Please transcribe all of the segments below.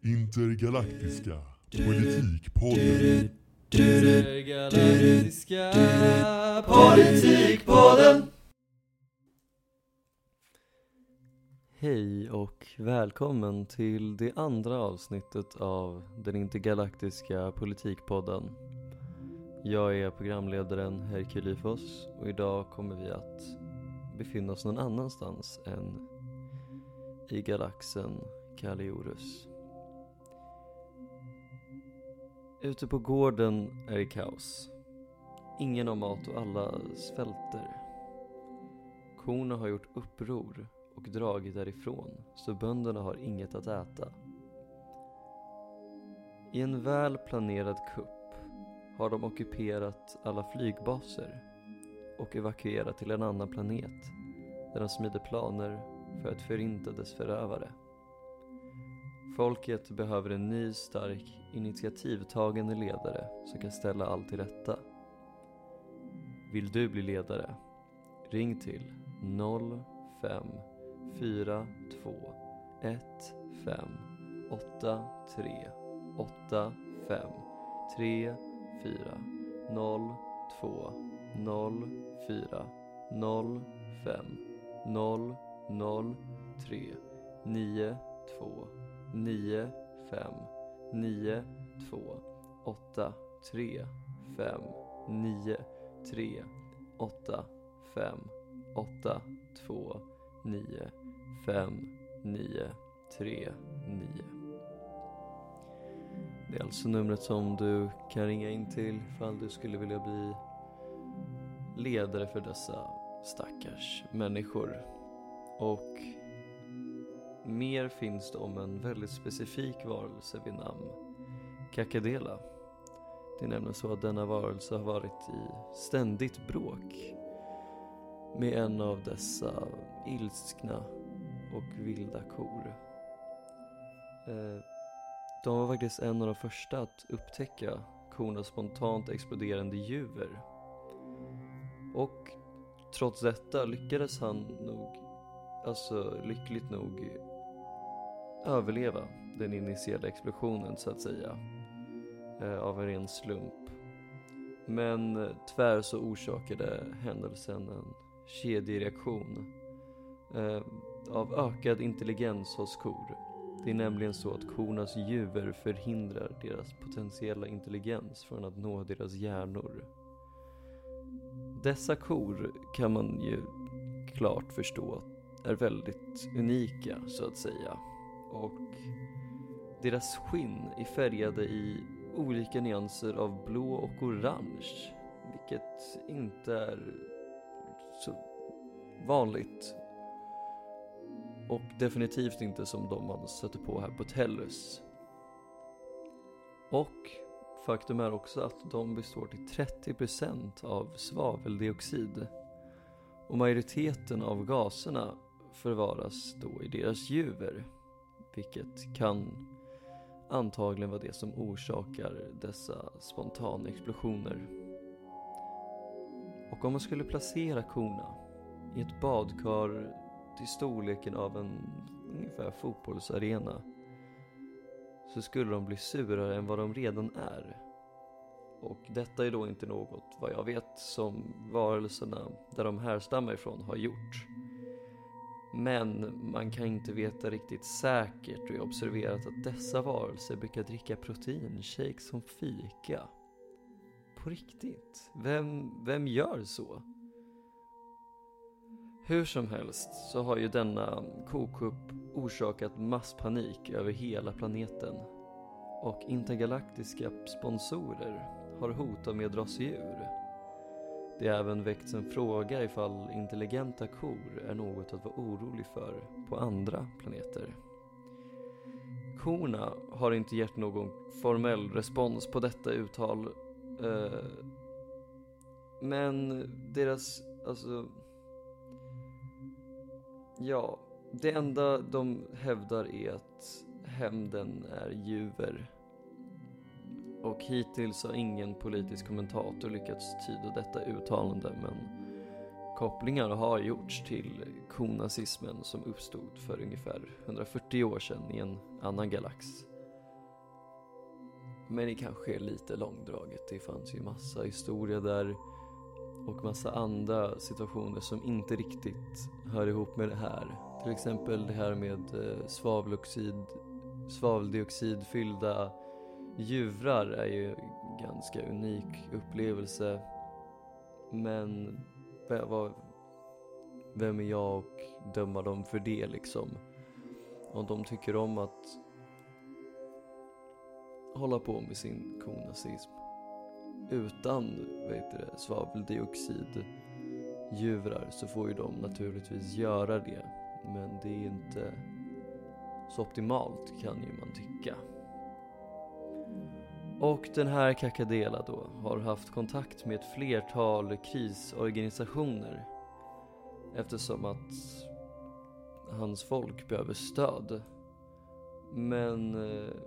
Intergalaktiska politikpodden. Intergalaktiska politikpodden. Hej och välkommen till det andra avsnittet av den intergalaktiska politikpodden. Jag är programledaren Herkulifos och idag kommer vi att befinna oss någon annanstans än i galaxen Kalliorus. Ute på gården är det kaos. Ingen har mat och alla svälter. Korna har gjort uppror och dragit därifrån, så bönderna har inget att äta. I en väl planerad kupp har de ockuperat alla flygbaser och evakuerat till en annan planet där de smider planer för att förinta dess förövare. Folket behöver en ny, stark, initiativtagande ledare som kan ställa allt till rätta. Vill du bli ledare? Ring till 0545829593. Det är alltså numret som du kan ringa in till ifall du skulle vilja bli ledare för dessa stackars människor. Och mer finns det om en väldigt specifik varelse vid namn Kakadela. Det är nämligen så att denna varelse har varit i ständigt bråk med en av dessa ilskna och vilda kor. De var faktiskt en av de första att upptäcka kornas spontant exploderande juver. Och trots detta lyckades han nog, lyckligt nog, överleva den initiala explosionen så att säga, av en ren slump. Men tyvärr så orsakade händelsen en kedjereaktion av ökad intelligens hos kor. Det är nämligen så att kornas juver förhindrar deras potentiella intelligens från att nå deras hjärnor. Dessa kor kan man ju klart förstå är väldigt unika så att säga. Och deras skinn är färgade i olika nyanser av blå och orange, vilket inte är så vanligt. Och definitivt inte som de man sätter på här på Tellus. Och faktum är också att de består till 30% av svaveldioxid. Och majoriteten av gaserna förvaras då i deras juver, vilket kan antagligen vara det som orsakar dessa spontana explosioner. Och om man skulle placera korna i ett badkar till storleken av en ungefär fotbollsarena, så skulle de bli surare än vad de redan är. Och detta är då inte något, vad jag vet, som varelserna där de härstammar ifrån har gjort. Men man kan inte veta riktigt säkert, och jag har observerat att dessa varelser brukar dricka proteinshake som fika. På riktigt? Vem gör så? Hur som helst så har ju denna kokupp orsakat masspanik över hela planeten. Och intergalaktiska sponsorer har hotat med att dra sig ur. Det har även väckts en fråga ifall intelligenta kor är något att vara orolig för på andra planeter. Korna har inte gett någon formell respons på detta uttal. Men deras, det enda de hävdar är att hämnden är juver. Och hittills har ingen politisk kommentator lyckats tyda detta uttalande, men kopplingar har gjorts till konazismen som uppstod för ungefär 140 år sedan i en annan galax. Men det kanske är lite långdraget. Det fanns ju massa historia där och massa andra situationer som inte riktigt hör ihop med det här. Till exempel det här med svaveldioxidfyllda djurar är ju ganska unik upplevelse. Men vem är jag och döma dem för det liksom? Om de tycker om att hålla på med sin konazism utan svaveldioxiddjurar, så får ju de naturligtvis göra det. Men det är inte så optimalt, kan ju man tycka. Och den här Kakadela då har haft kontakt med ett flertal krisorganisationer eftersom att hans folk behöver stöd. Men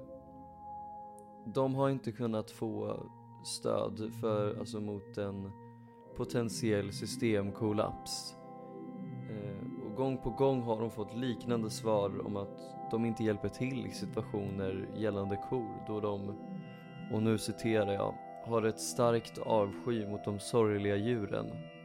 de har inte kunnat få stöd mot en potentiell systemkollaps. Och gång på gång har de fått liknande svar om att de inte hjälper till i situationer gällande kor, då de, och nu citerar jag, har ett starkt avsky mot de sorgliga djuren.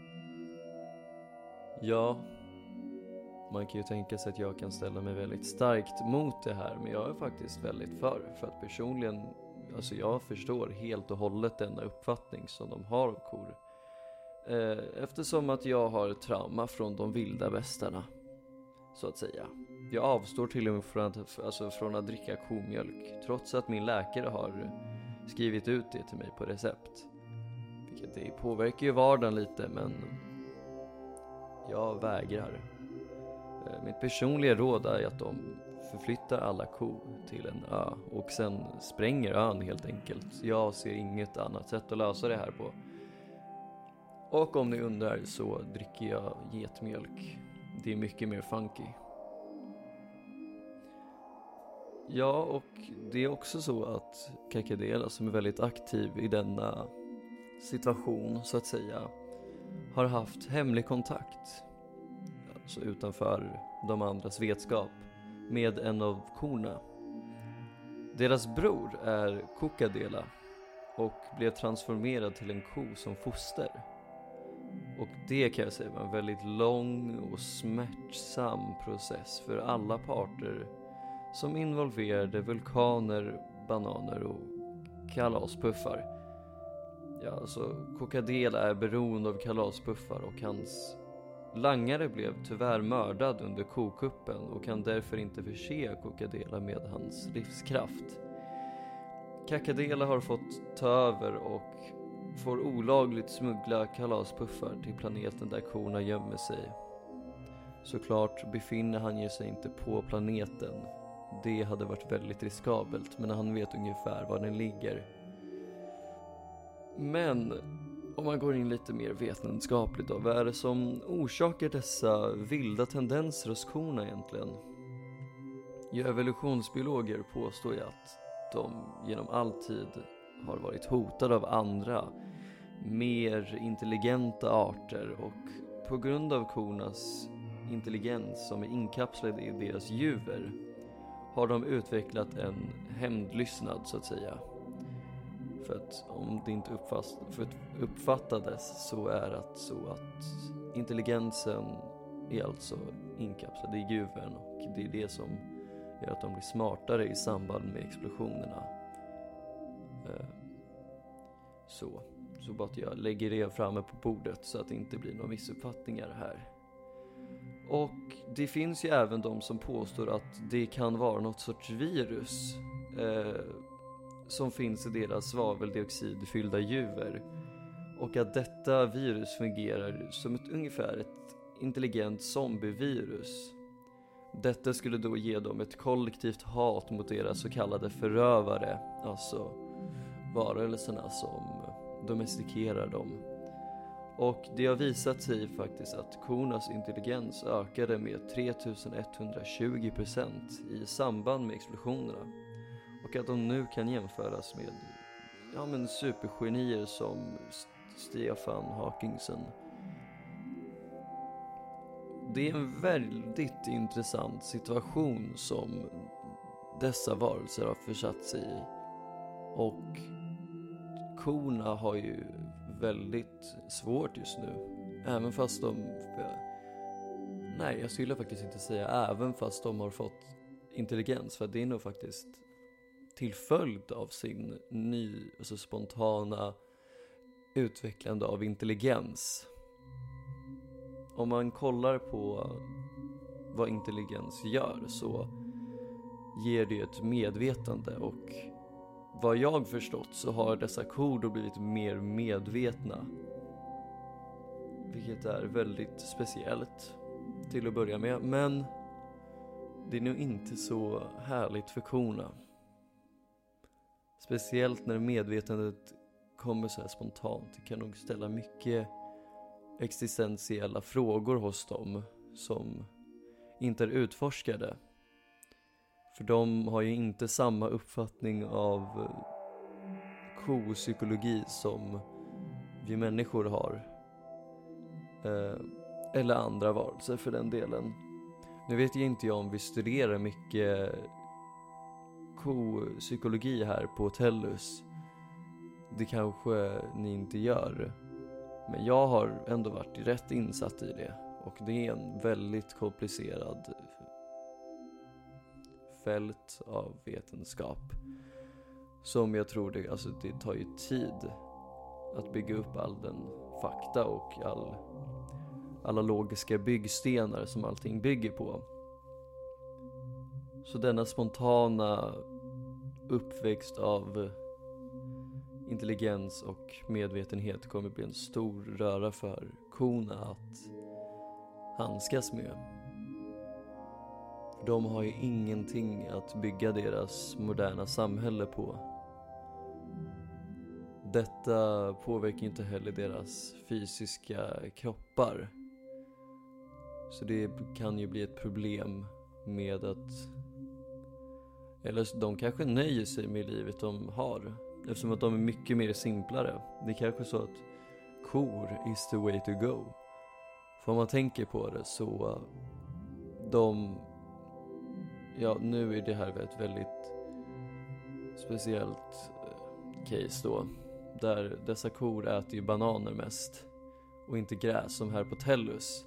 Ja, man kan ju tänka sig att jag kan ställa mig väldigt starkt mot det här, men jag är faktiskt väldigt för att personligen, jag förstår helt och hållet denna uppfattning som de har av kor. Eftersom att jag har trauma från de vilda västarna, så att säga. Jag avstår till och med från att dricka komjölk, trots att min läkare har skrivit ut det till mig på recept. Vilket det påverkar ju vardagen lite, men jag vägrar. Mitt personliga råd är att de förflyttar alla kor till en ö och sen spränger ön helt enkelt. Jag ser inget annat sätt att lösa det här på. Och om ni undrar så dricker jag getmjölk. Det är mycket mer funky. Ja, och det är också så att Kakadela, som är väldigt aktiv i denna situation så att säga, har haft hemlig kontakt, alltså utanför de andras vetskap, med en av korna. Deras bror är Kokadela och blev transformerad till en ko som foster. Och det kan jag säga var en väldigt lång och smärtsam process för alla parter som involverade vulkaner, bananer och kalaspuffar. Ja, alltså Kokadela är beroende av kalaspuffar och hans langare blev tyvärr mördad under kokuppen och kan därför inte förse Kokadela med hans livskraft. Kakadela har fått ta över och får olagligt smuggla kalaspuffar till planeten där korna gömmer sig. Såklart befinner han ju sig inte på planeten. Det hade varit väldigt riskabelt, men han vet ungefär var den ligger. Men om man går in lite mer vetenskapligt då, vad är det som orsakar dessa vilda tendenser hos korna egentligen? Ja, evolutionsbiologer påstår ju att de genom all tid har varit hotade av andra, mer intelligenta arter, och på grund av kornas intelligens som är inkapslad i deras juver har de utvecklat en hämndlystnad så att säga. För att om det inte uppfattades så är det så att intelligensen är alltså inkapslad i juvern, och det är det som gör att de blir smartare i samband med explosionerna. Så bara att jag lägger det framme på bordet så att det inte blir några missuppfattningar här. Och det finns ju även de som påstår att det kan vara något sorts virus som finns i deras svaveldioxidfyllda juver, och att detta virus fungerar som ungefär ett intelligent zombievirus. Detta skulle då ge dem ett kollektivt hat mot deras så kallade förövare, alltså varelserna som domestikerar dem. Och det har visat sig faktiskt att kornas intelligens ökade med 3120% i samband med explosionerna. Och att de nu kan jämföras med supergenier som Stefan Hawkingsen. Det är en väldigt intressant situation som dessa varelser har försatt sig i. Och korna har ju väldigt svårt just nu. Även fast nej, jag skulle faktiskt inte säga även fast de har fått intelligens. För det är nog faktiskt till följd av sin spontana utvecklande av intelligens. Om man kollar på vad intelligens gör så ger det ett medvetande, och vad jag förstått så har dessa kor då blivit mer medvetna, vilket är väldigt speciellt till att börja med, men det är nog inte så härligt för korna. Speciellt när medvetandet kommer så här spontant. Det kan nog ställa mycket existentiella frågor hos dem som inte är utforskade. För de har ju inte samma uppfattning av kopsykologi som vi människor har. Eller andra varelser för den delen. Nu vet jag inte om vi studerar mycket kopsykologi här på Tellus. Det kanske ni inte gör. Men jag har ändå varit rätt insatt i det. Och det är en väldigt komplicerad fält av vetenskap. Som jag tror det tar ju tid att bygga upp all den fakta och alla logiska byggstenar som allting bygger på. Så denna spontana uppväxt av intelligens och medvetenhet kommer bli en stor röra för korna att handskas med. För de har ju ingenting att bygga deras moderna samhälle på. Detta påverkar inte heller deras fysiska kroppar. Så det kan ju bli ett problem med att... Eller de kanske nöjer sig med livet de har. Eftersom att de är mycket mer simplare. Det är kanske så att kor is the way to go. För om man tänker på det så... nu är det här ett väldigt speciellt case då. Där dessa kor äter ju bananer mest. Och inte gräs som här på Tellus.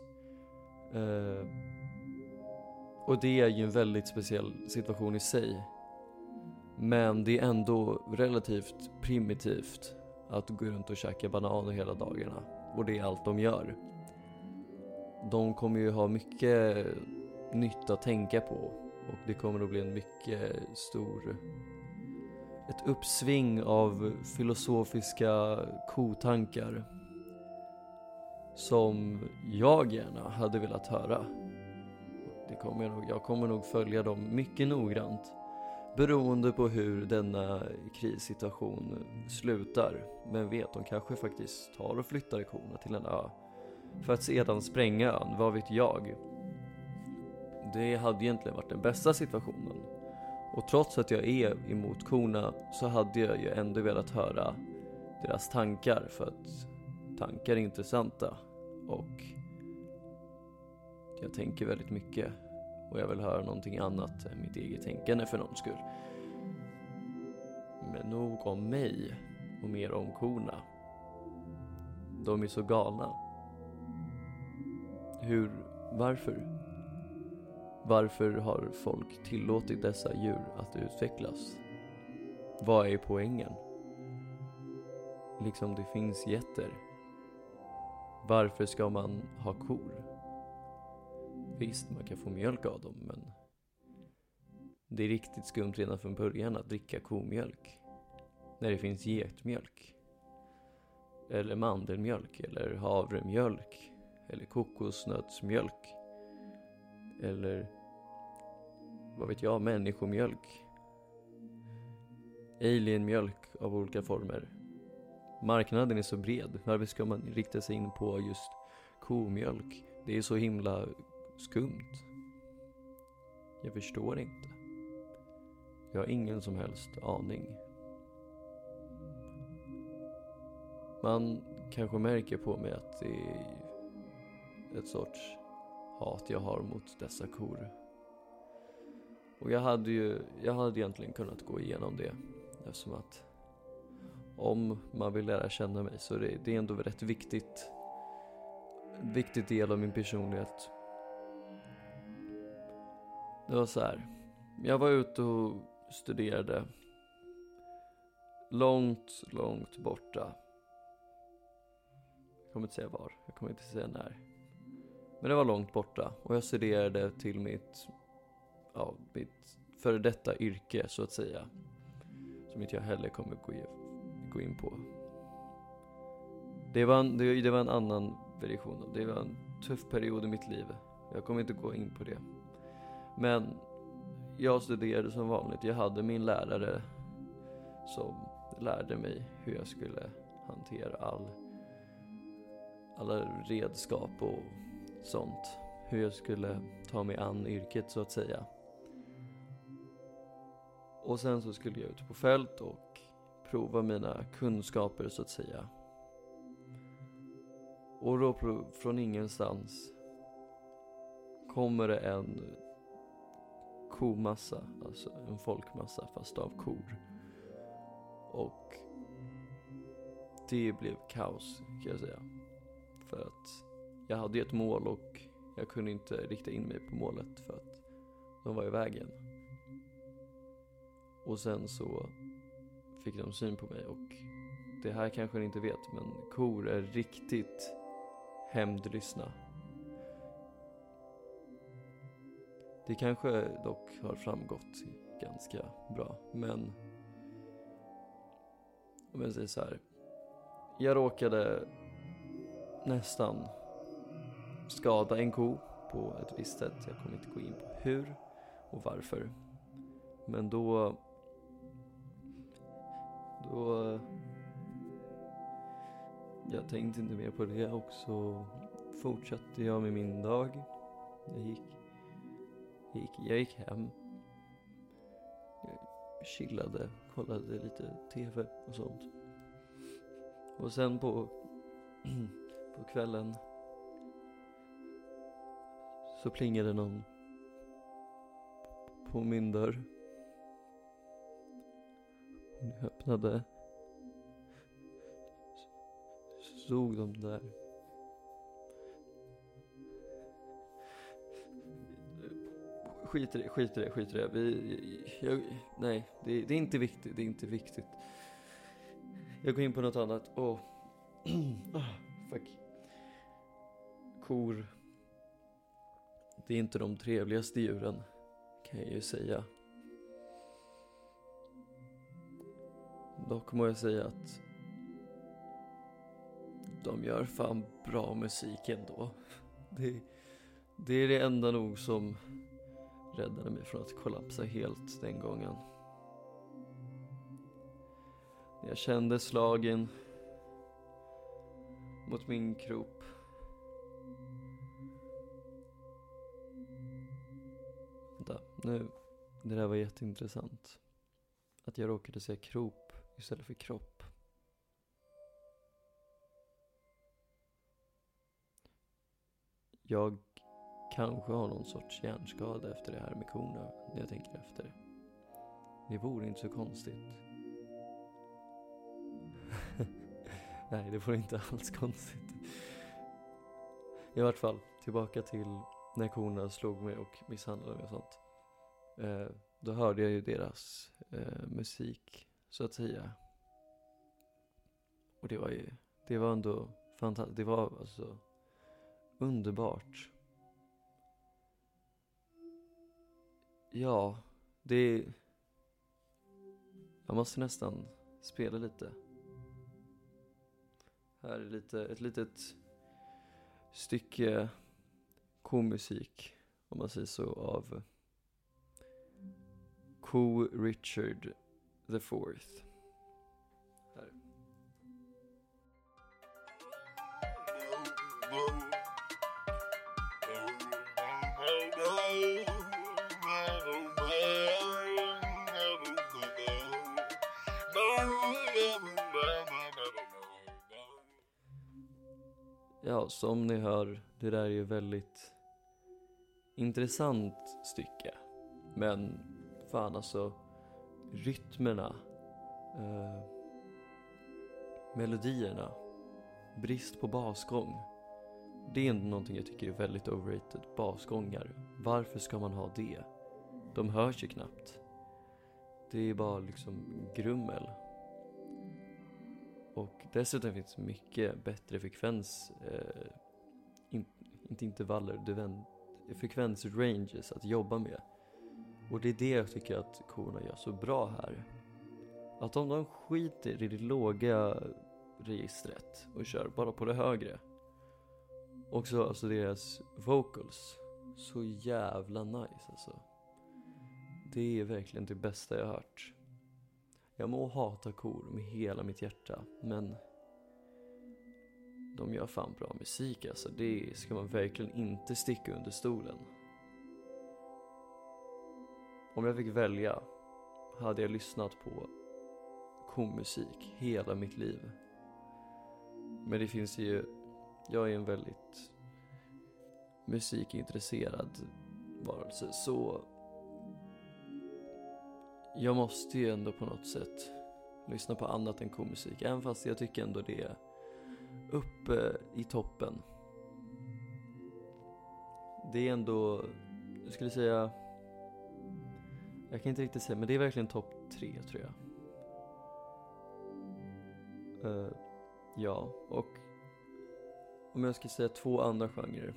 Och det är ju en väldigt speciell situation i sig. Men det är ändå relativt primitivt att gå runt och käka bananer hela dagarna. Och det är allt de gör. De kommer ju ha mycket nytta att tänka på. Och det kommer att bli en mycket ett uppsving av filosofiska kotankar. Som jag gärna hade velat höra. Jag kommer nog följa dem mycket noggrant. Beroende på hur denna krissituation slutar. Men vet, de kanske faktiskt tar och flyttar korna till en ö. För att sedan spränga ön, vad vet jag. Det hade egentligen varit den bästa situationen. Och trots att jag är emot korna så hade jag ju ändå velat höra deras tankar. För att tankar är intressanta. Och jag tänker väldigt mycket. Och jag vill höra någonting annat än mitt eget tänkande för någon skull. Men nog om mig och mer om korna. De är så galna. Varför? Varför har folk tillåtit dessa djur att utvecklas? Vad är poängen? Liksom det finns getter. Varför ska man ha kor? Visst, man kan få mjölk av dem, men det är riktigt skumt redan från början att dricka komjölk. När det finns getmjölk. Eller mandelmjölk, eller havremjölk. Eller kokosnötsmjölk. Eller, vad vet jag, människomjölk. Alienmjölk av olika former. Marknaden är så bred. Varför ska man rikta sig in på just komjölk? Det är så himla skumt. Jag förstår inte. Jag har ingen som helst aning. Man kanske märker på mig att det är ett sorts hat jag har mot dessa kor. Och jag hade egentligen kunnat gå igenom det. Eftersom att om man vill lära känna mig, så det är ändå rätt viktig del av min personlighet. Det var så här. Jag var ute och studerade långt borta. Jag kommer inte säga var, jag kommer inte säga när. Men det var långt borta, och jag studerade till mitt före detta yrke, så att säga. Som inte jag heller kommer gå in på. Det var en annan version. Det var en tuff period i mitt liv. Jag kommer inte gå in på det. Men jag studerade som vanligt. Jag hade min lärare som lärde mig hur jag skulle hantera alla redskap och sånt. Hur jag skulle ta mig an yrket, så att säga. Och sen så skulle jag ut på fält och prova mina kunskaper, så att säga. Och då från ingenstans kommer det en komassa, alltså en folkmassa fast av kor. Och det blev kaos, kan jag säga. För att jag hade ett mål och jag kunde inte rikta in mig på målet för att de var i vägen. Och sen så fick de syn på mig, och det här kanske ni inte vet, men kor är riktigt hämndlystna. Det kanske dock har framgått ganska bra, men om jag säger så här. Jag råkade nästan skada en ko på ett visst sätt. Jag kommer inte gå in på hur och varför. Men då jag tänkte inte mer på det, och så fortsatte jag med min dag. Jag gick hem. Jag chillade, kollade lite tv och sånt. Och sen på kvällen så plingade någon på min dörr. Hon öppnade. Så stod de där. Skit i det. Nej, det är inte viktigt. Jag går in på något annat. Fuck. Kor. Det är inte de trevligaste djuren, kan jag ju säga. Dock må jag säga att de gör fan bra musik ändå. Det är det enda nog som räddade mig från att kollapsa helt den gången. Jag kände slagen mot min krop. Vänta, nu. Det där var jätteintressant. Att jag råkade säga krop istället för kropp. Jag kanske har någon sorts hjärnskada efter det här med korna, när jag tänker efter. Det vore inte så konstigt. Nej, det vore inte alls konstigt. I vart fall, tillbaka till när korna slog mig och misshandlade mig och sånt. Då hörde jag ju deras musik, så att säga. Och det var ändå fantastiskt. Det var alltså underbart. Ja, jag måste nästan spela lite. Här är ett litet stycke komusik, om man säger så, av Ko Richard the Fourth. Här. Ja, som ni hör, det där är ju väldigt intressant stycke. Men fan alltså, rytmerna melodierna, brist på basgång. Det är ändå någonting jag tycker är väldigt overrated. Basgångar, varför ska man ha det? De hörs ju knappt. Det är bara liksom grummel. Och dessutom finns mycket bättre frekvens, inte intervaller, frekvensranges att jobba med. Och det är det jag tycker att korna gör så bra här. Att om de skiter i det låga registret och kör bara på det högre. Också alltså deras vocals, så jävla nice alltså. Det är verkligen det bästa jag har hört. Jag må hata kor med hela mitt hjärta, men de gör fan bra musik alltså. Det ska man verkligen inte sticka under stolen. Om jag fick välja hade jag lyssnat på kormusik hela mitt liv. Men det finns ju, jag är en väldigt musikintresserad varelse, så jag måste ju ändå på något sätt lyssna på annat än kormusik, även fast jag tycker ändå det är uppe i toppen. Det är ändå, jag skulle säga, jag kan inte riktigt säga, men det är verkligen topp 3 tror jag. Ja, och om jag ska säga 2 andra genrer.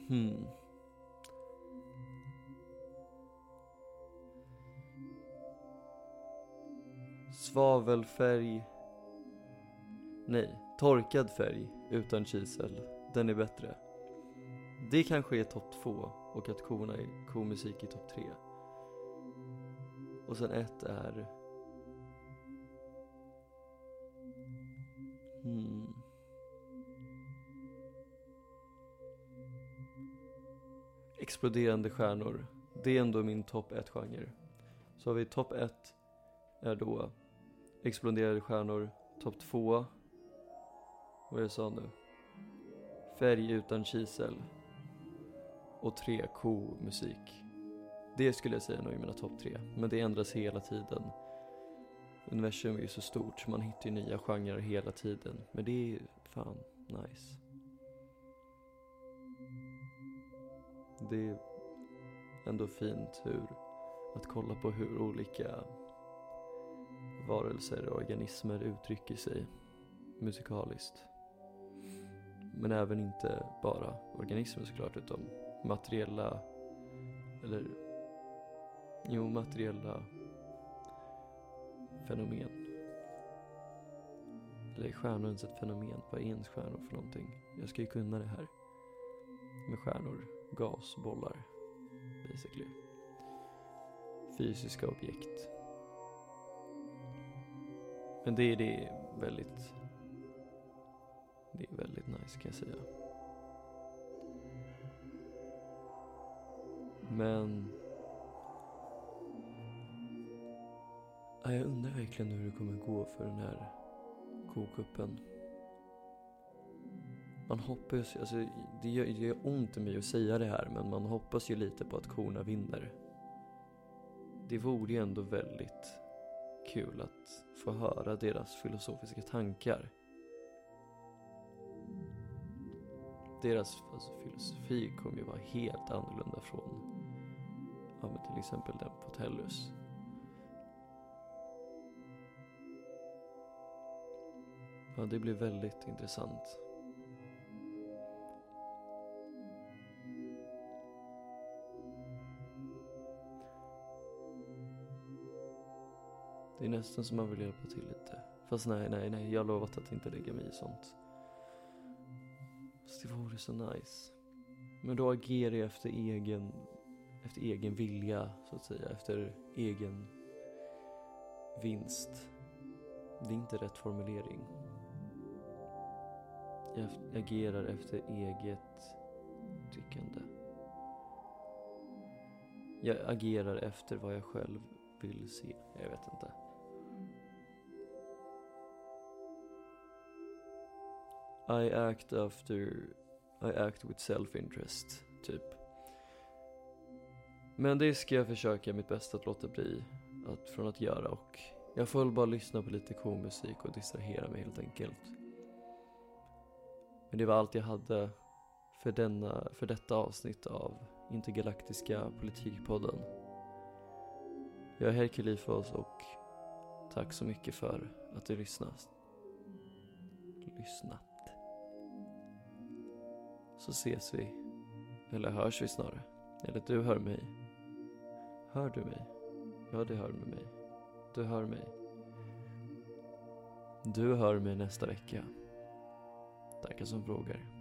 Svavelfärg. Nej, torkad färg utan kisel. Den är bättre. Det kanske är topp 2 och att komusik är topp 3. Och sen 1 är exploderande stjärnor. Det är ändå min topp 1-genre. Så har vi topp 1 är då exploderande stjärnor. Topp 2, vad jag sa nu, färg utan kisel. Och 3, komusik. Det skulle jag säga nog är mina topp 3. Men det ändras hela tiden. Universum är ju så stort så man hittar ju nya genrer hela tiden. Men det är ju fan nice. Det är ändå fint att kolla på hur olika varelser och organismer uttrycker sig musikaliskt. Men även inte bara organismer såklart, utan materiella fenomen. Eller är stjärnor ens ett fenomen? Vad är ens stjärnor för någonting? Jag ska ju kunna det här med stjärnor, gasbollar basically. Fysiska objekt. Men det är väldigt nice kan jag säga. Men jag undrar verkligen hur det kommer gå för den här kokuppen. Man hoppas, alltså det gör ont i mig att säga det här, men man hoppas ju lite på att korna vinner. Det vore ju ändå väldigt kul att få höra deras filosofiska tankar. Deras filosofi kommer ju vara helt annorlunda från till exempel den på Tellus. Ja, det blir väldigt intressant. Det är nästan som man vill hjälpa till lite. Fast nej, jag har lovat att inte lägga mig i sånt. Så det vore så nice. Men då agerar jag efter egen vilja, så att säga. Efter egen vinst. Det är inte rätt formulering. Jag agerar efter eget tyckande. Jag agerar efter vad jag själv vill se. Jag vet inte. I act with self-interest, typ. Men det ska jag försöka mitt bästa att låta bli från att göra, och jag får väl bara lyssna på lite komusik och distrahera mig helt enkelt. Men det var allt jag hade för detta avsnitt av Intergalaktiska politikpodden. Jag är Herkulifos och tack så mycket för att du lyssnat. Så ses vi, eller hörs vi snarare. Eller du hör mig. Hör du mig? Ja, det hör med mig. Du hör mig. Du hör mig nästa vecka. Tackar som frågar.